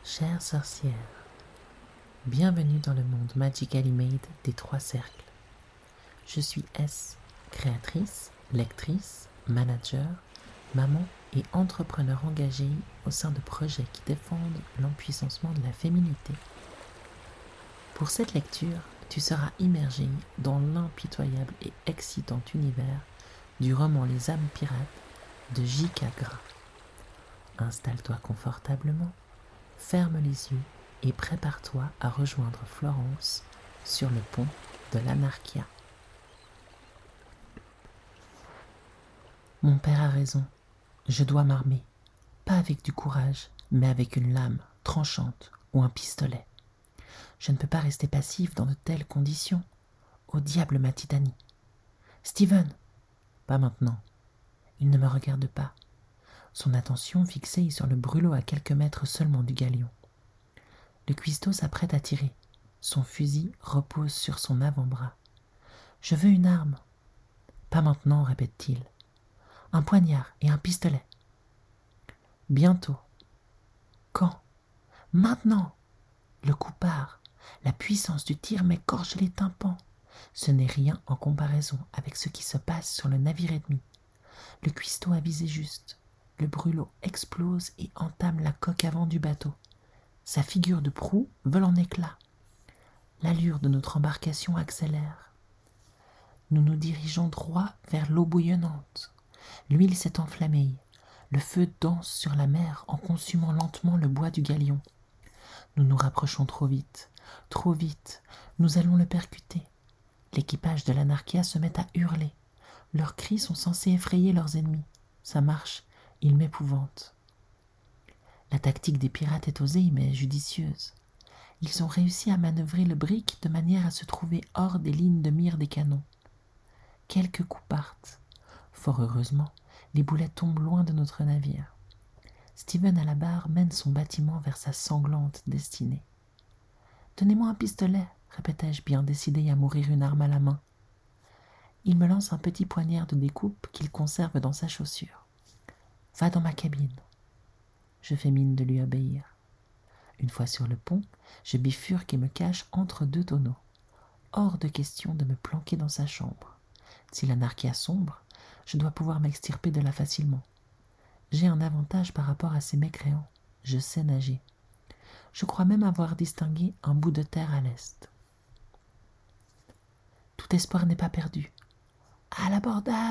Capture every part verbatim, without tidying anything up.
Chère sorcière, bienvenue dans le monde Magically Made des Trois Cercles. Je suis S, créatrice, lectrice, manager, maman et entrepreneur engagée au sein de projets qui défendent l'empuissancement de la féminité. Pour cette lecture, tu seras immergée dans l'impitoyable et excitant univers du roman Les âmes pirates de J K. Gras. Installe-toi confortablement, ferme les yeux et prépare-toi à rejoindre Florence sur le pont de l'Anarchia. Mon père a raison, je dois m'armer, pas avec du courage, mais avec une lame tranchante ou un pistolet. Je ne peux pas rester passif dans de telles conditions. Au diable ma titanie. Steven, pas maintenant. Il ne me regarde pas. Son attention fixée sur le brûlot à quelques mètres seulement du galion. Le cuistot s'apprête à tirer. Son fusil repose sur son avant-bras. « Je veux une arme. »« Pas maintenant, répète-t-il. Un poignard et un pistolet. »« Bientôt. »« Quand ?»« Maintenant !» Le coup part. La puissance du tir m'écorche les tympans. Ce n'est rien en comparaison avec ce qui se passe sur le navire ennemi. Le cuistot a visé juste. Le brûlot explose et entame la coque avant du bateau. Sa figure de proue vole en éclats. L'allure de notre embarcation accélère. Nous nous dirigeons droit vers l'eau bouillonnante. L'huile s'est enflammée. Le feu danse sur la mer en consumant lentement le bois du galion. Nous nous rapprochons trop vite, trop vite. Nous allons le percuter. L'équipage de l'Anarchia se met à hurler. Leurs cris sont censés effrayer leurs ennemis. Ça marche, ils m'épouvantent. La tactique des pirates est osée mais judicieuse. Ils ont réussi à manœuvrer le brick de manière à se trouver hors des lignes de mire des canons. Quelques coups partent. Fort heureusement, les boulets tombent loin de notre navire. Steven à la barre mène son bâtiment vers sa sanglante destinée. « Donnez-moi un pistolet » répétai-je, bien décidé à mourir une arme à la main. Il me lance un petit poignard de découpe qu'il conserve dans sa chaussure. « Va dans ma cabine. » Je fais mine de lui obéir. Une fois sur le pont, je bifurque et me cache entre deux tonneaux. Hors de question de me planquer dans sa chambre. Si l'Anarchia sombre, je dois pouvoir m'extirper de là facilement. J'ai un avantage par rapport à ces mécréants. Je sais nager. Je crois même avoir distingué un bout de terre à l'est. Tout espoir n'est pas perdu. « À l'abordage !»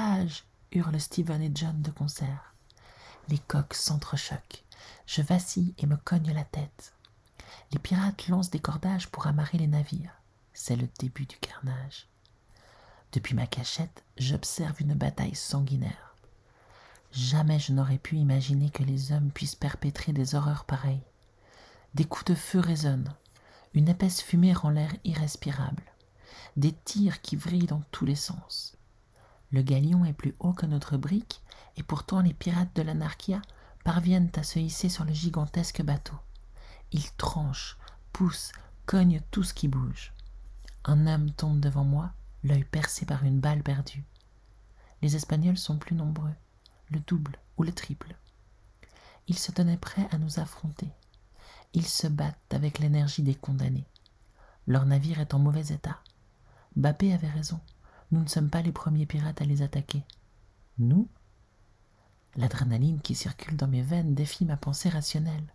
hurlent Steven et John de concert. Les coques s'entrechoquent. Je vacille et me cogne la tête. Les pirates lancent des cordages pour amarrer les navires. C'est le début du carnage. Depuis ma cachette, j'observe une bataille sanguinaire. Jamais je n'aurais pu imaginer que les hommes puissent perpétrer des horreurs pareilles. Des coups de feu résonnent. Une épaisse fumée rend l'air irrespirable. Des tirs qui vrillent dans tous les sens. Le galion est plus haut que notre brick et pourtant les pirates de l'Anarchia parviennent à se hisser sur le gigantesque bateau. Ils tranchent, poussent, cognent tout ce qui bouge. Un homme tombe devant moi, l'œil percé par une balle perdue. Les Espagnols sont plus nombreux, le double ou le triple. Ils se tenaient prêts à nous affronter. Ils se battent avec l'énergie des condamnés. Leur navire est en mauvais état. Bappé avait raison, nous ne sommes pas les premiers pirates à les attaquer. Nous ? L'adrénaline qui circule dans mes veines défie ma pensée rationnelle.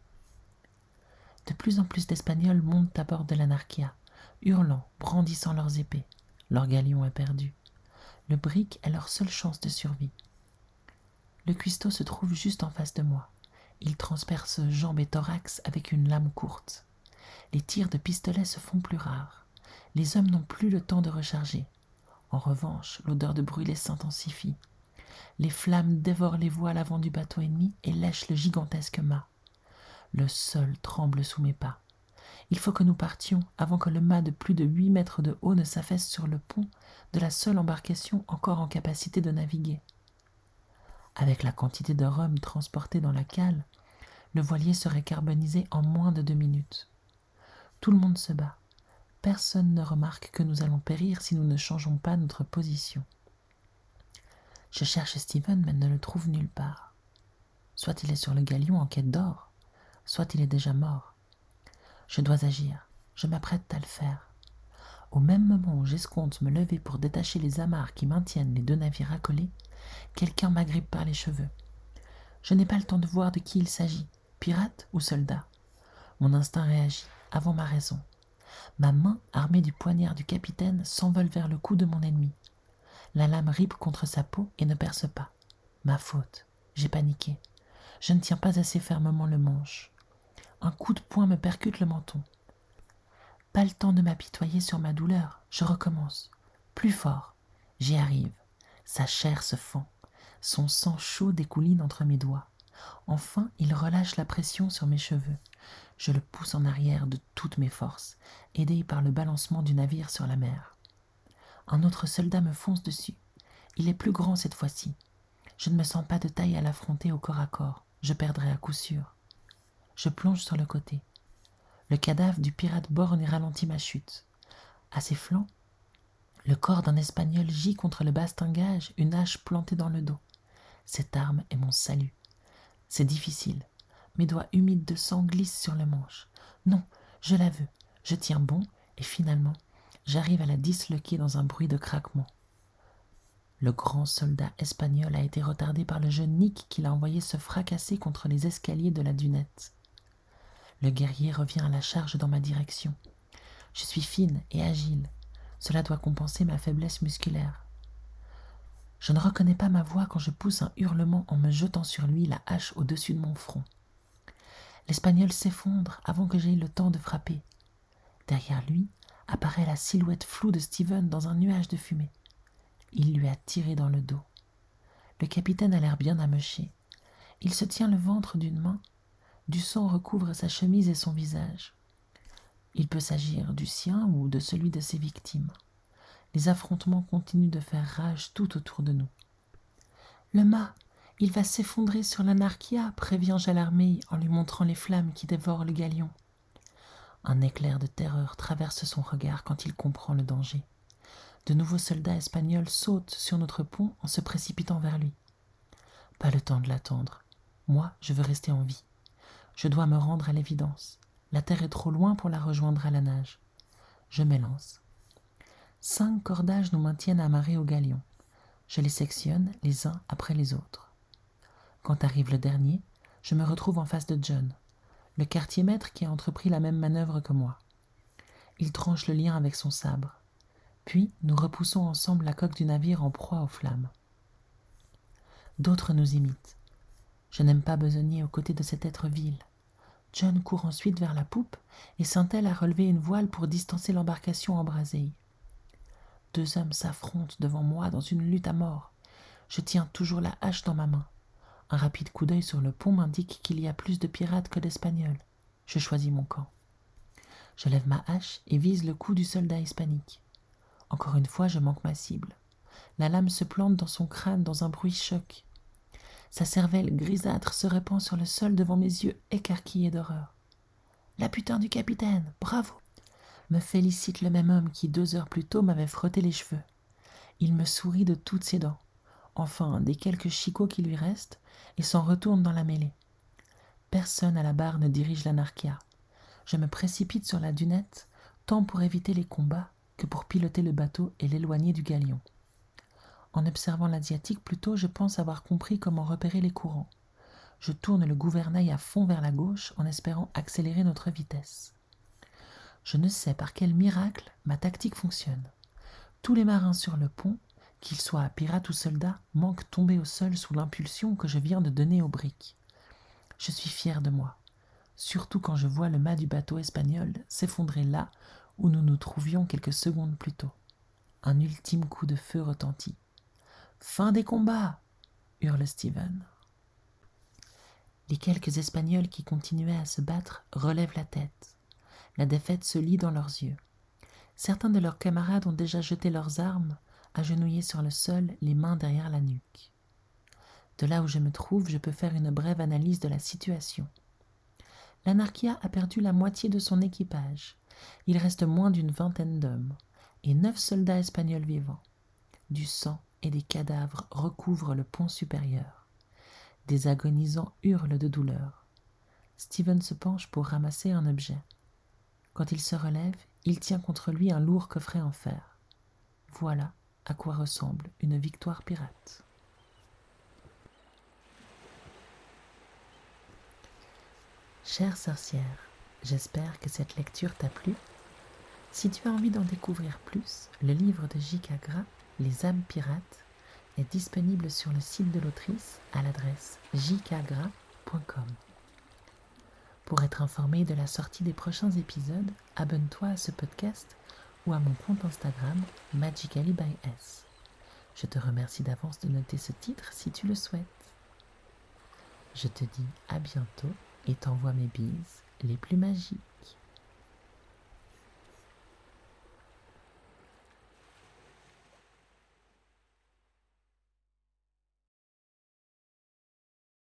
De plus en plus d'Espagnols montent à bord de l'Anarchia, hurlant, brandissant leurs épées. Leur galion est perdu. Le brick est leur seule chance de survie. Le cuistot se trouve juste en face de moi. Il transperce jambes et thorax avec une lame courte. Les tirs de pistolet se font plus rares. Les hommes n'ont plus le temps de recharger. En revanche, l'odeur de brûlé s'intensifie. Les flammes dévorent les voiles avant du bateau ennemi et lèchent le gigantesque mât. Le sol tremble sous mes pas. Il faut que nous partions avant que le mât de plus de huit mètres de haut ne s'affaisse sur le pont de la seule embarcation encore en capacité de naviguer. Avec la quantité de rhum transportée dans la cale, le voilier serait carbonisé en moins de deux minutes. Tout le monde se bat. Personne ne remarque que nous allons périr si nous ne changeons pas notre position. Je cherche Steven mais ne le trouve nulle part. Soit il est sur le galion en quête d'or, soit il est déjà mort. Je dois agir, je m'apprête à le faire. Au même moment où j'escompte me lever pour détacher les amarres qui maintiennent les deux navires accolés, quelqu'un m'agrippe par les cheveux. Je n'ai pas le temps de voir de qui il s'agit, pirate ou soldat. Mon instinct réagit avant ma raison. Ma main, armée du poignard du capitaine, s'envole vers le cou de mon ennemi. La lame ripe contre sa peau et ne perce pas. Ma faute, j'ai paniqué. Je ne tiens pas assez fermement le manche. Un coup de poing me percute le menton. Pas le temps de m'apitoyer sur ma douleur, je recommence. Plus fort, j'y arrive. Sa chair se fend. Son sang chaud découline entre mes doigts. Enfin, il relâche la pression sur mes cheveux. Je le pousse en arrière de toutes mes forces, aidé par le balancement du navire sur la mer. Un autre soldat me fonce dessus. Il est plus grand cette fois-ci. Je ne me sens pas de taille à l'affronter au corps à corps. Je perdrai à coup sûr. Je plonge sur le côté. Le cadavre du pirate borgne et ralentit ma chute. À ses flancs, le corps d'un Espagnol gît contre le bastingage, une hache plantée dans le dos. Cette arme est mon salut. C'est difficile. Mes doigts humides de sang glissent sur le manche. Non, je la veux. Je tiens bon et finalement, j'arrive à la disloquer dans un bruit de craquement. Le grand soldat espagnol a été retardé par le jeune Nick qui l'a envoyé se fracasser contre les escaliers de la dunette. Le guerrier revient à la charge dans ma direction. Je suis fine et agile. Cela doit compenser ma faiblesse musculaire. Je ne reconnais pas ma voix quand je pousse un hurlement en me jetant sur lui, la hache au-dessus de mon front. L'Espagnol s'effondre avant que j'aie le temps de frapper. Derrière lui apparaît la silhouette floue de Steven dans un nuage de fumée. Il lui a tiré dans le dos. Le capitaine a l'air bien amoché. Il se tient le ventre d'une main. Du sang recouvre sa chemise et son visage. Il peut s'agir du sien ou de celui de ses victimes. Les affrontements continuent de faire rage tout autour de nous. « Le mât, il va s'effondrer sur l'Anarchia », prévient Jalarmey en lui montrant les flammes qui dévorent le galion. Un éclair de terreur traverse son regard quand il comprend le danger. De nouveaux soldats espagnols sautent sur notre pont en se précipitant vers lui. Pas le temps de l'attendre. Moi, je veux rester en vie. Je dois me rendre à l'évidence. La terre est trop loin pour la rejoindre à la nage. Je m'élance. Cinq cordages nous maintiennent amarrés au galion. Je les sectionne les uns après les autres. Quand arrive le dernier, je me retrouve en face de John, le quartier-maître qui a entrepris la même manœuvre que moi. Il tranche le lien avec son sabre. Puis, nous repoussons ensemble la coque du navire en proie aux flammes. D'autres nous imitent. Je n'aime pas besogner aux côtés de cet être vil. John court ensuite vers la poupe et s'attelle à relever une voile pour distancer l'embarcation embrasée. Deux hommes s'affrontent devant moi dans une lutte à mort. Je tiens toujours la hache dans ma main. Un rapide coup d'œil sur le pont m'indique qu'il y a plus de pirates que d'Espagnols. Je choisis mon camp. Je lève ma hache et vise le cou du soldat hispanique. Encore une fois, je manque ma cible. La lame se plante dans son crâne dans un bruit choc. Sa cervelle grisâtre se répand sur le sol devant mes yeux écarquillés d'horreur. « La putain du capitaine, bravo !» me félicite le même homme qui, deux heures plus tôt, m'avait frotté les cheveux. Il me sourit de toutes ses dents, enfin des quelques chicots qui lui restent, et s'en retourne dans la mêlée. Personne à la barre ne dirige l'Anarchia. Je me précipite sur la dunette, tant pour éviter les combats que pour piloter le bateau et l'éloigner du galion. En observant l'Asiatique plus tôt, je pense avoir compris comment repérer les courants. Je tourne le gouvernail à fond vers la gauche en espérant accélérer notre vitesse. Je ne sais par quel miracle ma tactique fonctionne. Tous les marins sur le pont, qu'ils soient pirates ou soldats, manquent tomber au sol sous l'impulsion que je viens de donner aux briques. Je suis fier de moi, surtout quand je vois le mât du bateau espagnol s'effondrer là où nous nous trouvions quelques secondes plus tôt. Un ultime coup de feu retentit. « Fin des combats !» hurle Steven. Les quelques Espagnols qui continuaient à se battre relèvent la tête. La défaite se lit dans leurs yeux. Certains de leurs camarades ont déjà jeté leurs armes, agenouillés sur le sol, les mains derrière la nuque. De là où je me trouve, je peux faire une brève analyse de la situation. L'Anarchia a perdu la moitié de son équipage. Il reste moins d'une vingtaine d'hommes, et neuf soldats espagnols vivants. Du sang et des cadavres recouvrent le pont supérieur. Des agonisants hurlent de douleur. Steven se penche pour ramasser un objet. Quand il se relève, il tient contre lui un lourd coffret en fer. Voilà à quoi ressemble une victoire pirate. Chère sorcière, j'espère que cette lecture t'a plu. Si tu as envie d'en découvrir plus, le livre de J K. Gras, Les âmes pirates, est disponible sur le site de l'autrice à l'adresse j k gras point com. Pour être informé de la sortie des prochains épisodes, abonne-toi à ce podcast ou à mon compte Instagram Magically by S. Je te remercie d'avance de noter ce titre si tu le souhaites. Je te dis à bientôt et t'envoie mes bises les plus magiques.